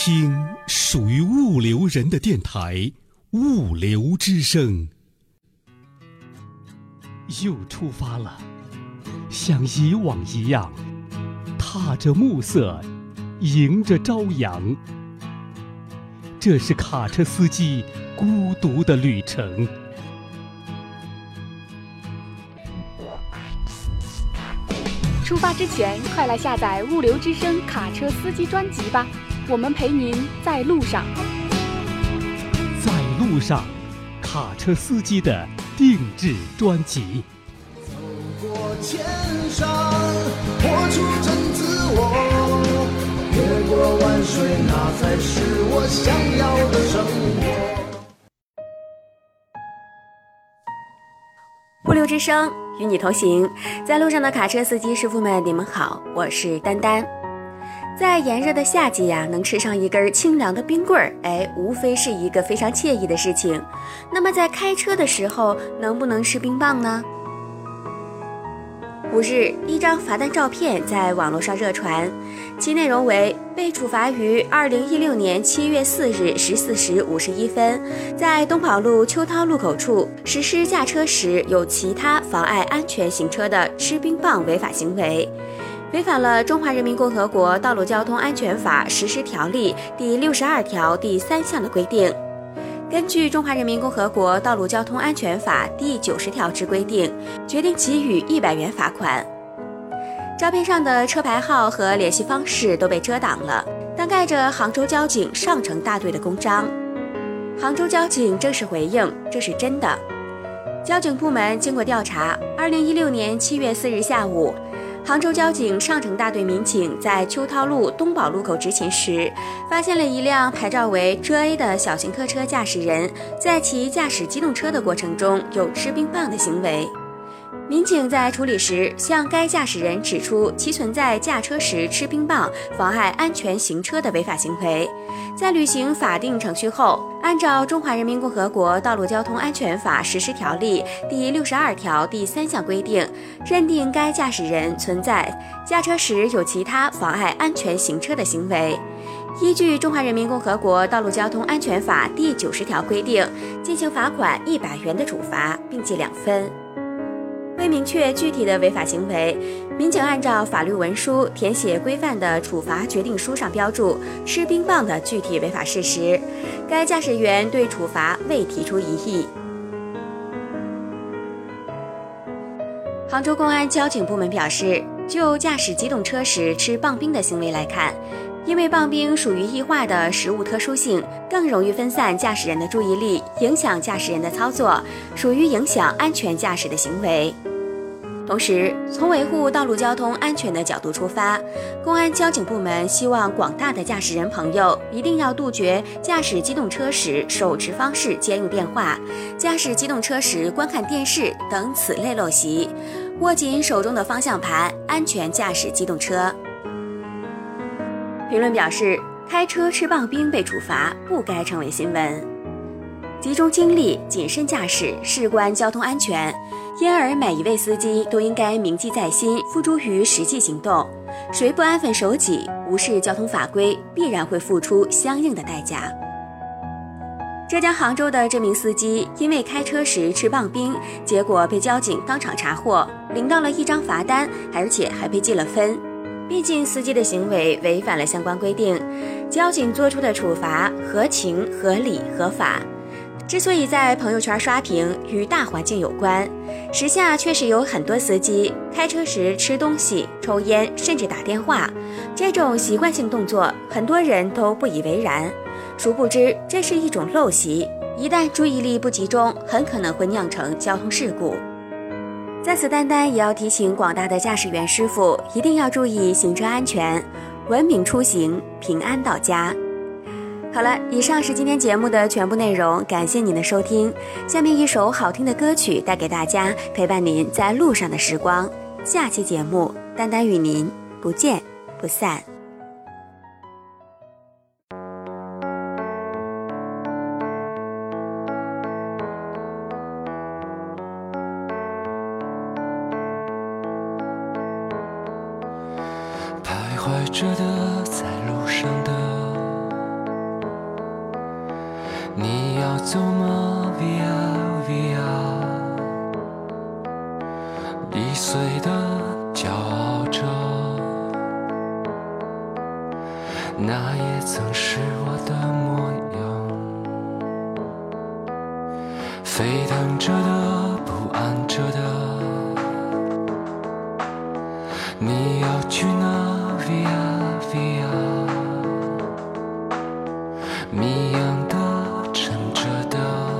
听属于物流人的电台，物流之声。又出发了，像以往一样，踏着暮色，迎着朝阳。这是卡车司机孤独的旅程。 出发之前，快来下载物流之声卡车司机专辑吧，我们陪您在路上。 在路上，卡车司机的定制专辑。 走过千山，活出真自我，越过万水，那才是我想要的生活。 物流之声与你同行，在路上的卡车司机师傅们，你们好，我是丹丹。在炎热的夏季呀，能吃上一根清凉的冰棍儿，无非是一个非常惬意的事情。那么在开车的时候，能不能吃冰棒呢？5日，一张罚单照片在网络上热传，其内容为被处罚于2016年7月4日14时51分，在东跑路秋涛路口处实施驾车时有其他妨碍安全行车的吃冰棒违法行为，违反了《中华人民共和国道路交通安全法实施条例》第62条第3项的规定。根据《中华人民共和国道路交通安全法》第90条之规定，决定给予100元罚款。照片上的车牌号和联系方式都被遮挡了，但盖着杭州交警上城大队的公章。杭州交警正式回应，这是真的。交警部门经过调查，2016年7月4日下午，杭州交警上城大队民警在秋涛路东宝路口执勤时，发现了一辆牌照为浙 A 的小型客车驾驶人在其驾驶机动车的过程中有吃冰棒的行为。民警在处理时向该驾驶人指出其存在驾车时吃冰棒妨碍安全行车的违法行为，在履行法定程序后，按照《中华人民共和国道路交通安全法实施条例》第62条第3项规定，认定该驾驶人存在驾车时有其他妨碍安全行车的行为，依据《中华人民共和国道路交通安全法》第90条规定，进行罚款100元的处罚，并记2分。为明确具体的违法行为，民警按照法律文书填写规范的处罚决定书上标注吃冰棒的具体违法事实，该驾驶员对处罚未提出异议。杭州公安交警部门表示，就驾驶机动车时吃棒冰的行为来看，因为棒冰属于易化的食物特殊性，更容易分散驾驶人的注意力，影响驾驶人的操作，属于影响安全驾驶的行为。同时，从维护道路交通安全的角度出发，公安交警部门希望广大的驾驶人朋友一定要杜绝驾驶机动车时手持方式兼用电话、驾驶机动车时观看电视等此类陋习，握紧手中的方向盘，安全驾驶机动车。评论表示，开车吃棒冰被处罚不该成为新闻。集中精力，谨慎驾驶，事关交通安全，因而每一位司机都应该铭记在心，付诸于实际行动。谁不安分守己，无视交通法规，必然会付出相应的代价。浙江杭州的这名司机因为开车时吃棒冰，结果被交警当场查获，领到了1张罚单，而且还被记了分。毕竟司机的行为违反了相关规定，交警做出的处罚合情、合理、合法。之所以在朋友圈刷屏，与大环境有关。时下确实有很多司机开车时吃东西、抽烟，甚至打电话，这种习惯性动作，很多人都不以为然。殊不知，这是一种陋习，一旦注意力不集中，很可能会酿成交通事故。在此，丹丹也要提醒广大的驾驶员师傅，一定要注意行车安全，文明出行，平安到家。好了，以上是今天节目的全部内容，感谢您的收听。下面一首好听的歌曲带给大家，陪伴您在路上的时光。下期节目，丹丹与您不见不散。 徘徊着的，在路上的那也曾是我的模样。沸腾着的，不安着的，你要去哪 Via Via， 谜样的，沉着的，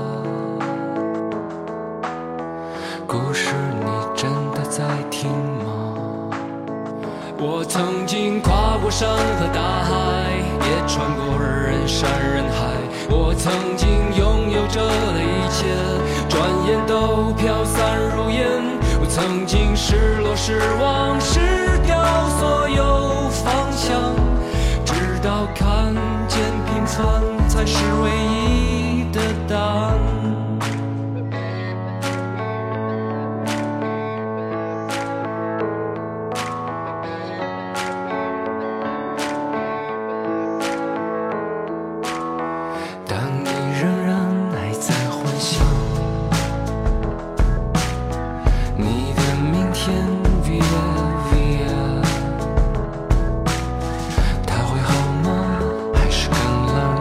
故事你真的在听吗？我曾经跨过山和大海，也穿过人山人海，我曾经拥有着的一切，转眼都飘散如烟。我曾经失落失望失掉所有方向，直到看见平凡才是唯一的答案。当你仍然还在幻想你的明天 Via Via， 它会好吗？还是更冷？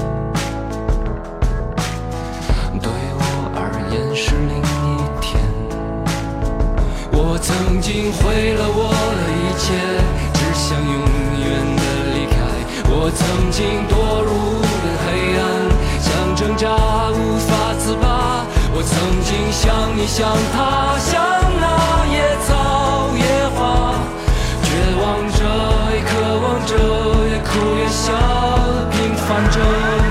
对我而言是另一天。我曾经毁了我的一切，只想永远的离开。我曾经堕入黑暗，想挣扎无法自拔。我曾经像你像他，像那野草野花，绝望着也渴望着，也哭也笑，平凡着。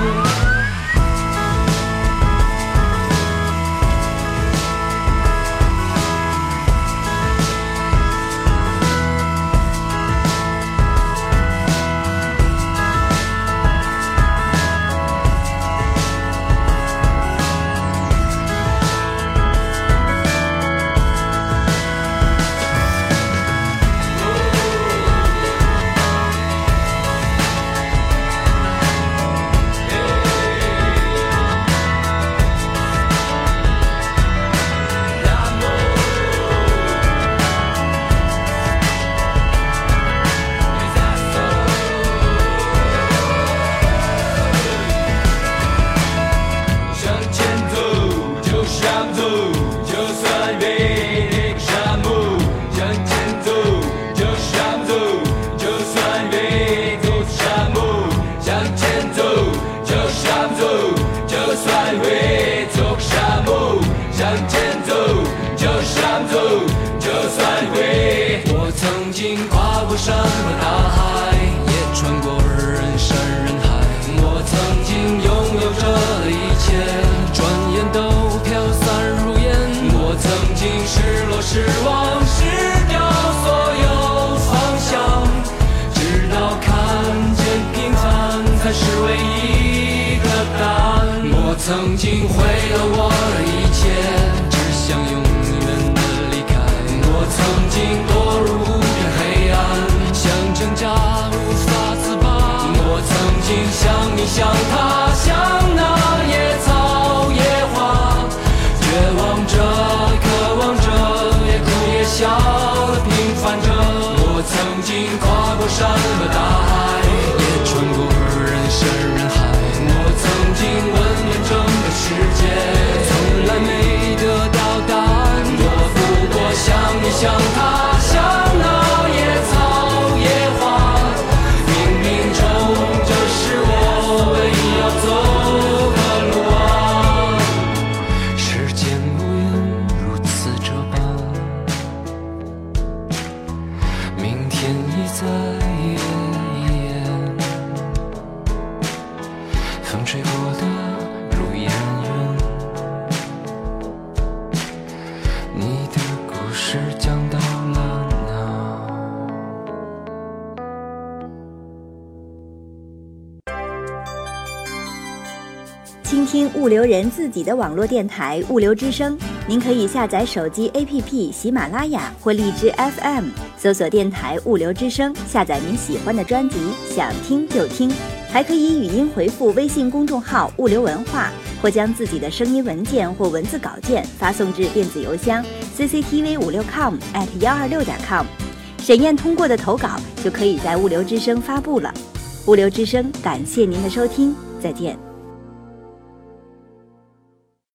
我曾经跨过山和大海，也穿过人山人海。我曾经拥有着的一切，转眼都飘散如烟。我曾经失落失望失掉所有方向，直到看见平凡才是唯一的答案。我曾经毁了我的一切，只想永远的离开。我曾经堕入黑暗，想挣扎无法自拔。我曾经像你像他，像那野草野花，绝望着渴望着，也哭也笑的平凡着。我曾经跨过山和大海，也穿过人山人海。我曾经问遍整个世界，从来没得到答案。我不过像你像他，像那野草野花，冥冥中这是我唯一要走的路啊。时间无言如此这般，明天已在一眼，风吹过的如烟云，你的故事讲到了哪？ 倾听物流人自己的网络电台物流之声，您可以下载手机 APP 喜马拉雅或荔枝 FM， 搜索电台物流之声，下载您喜欢的专辑，想听就听。还可以语音回复微信公众号物流文化，或将自己的声音文件或文字稿件发送至电子邮箱 cctv56com@126.com， 审验通过的投稿就可以在物流之声发布了。 物流之声感谢您的收听，再见。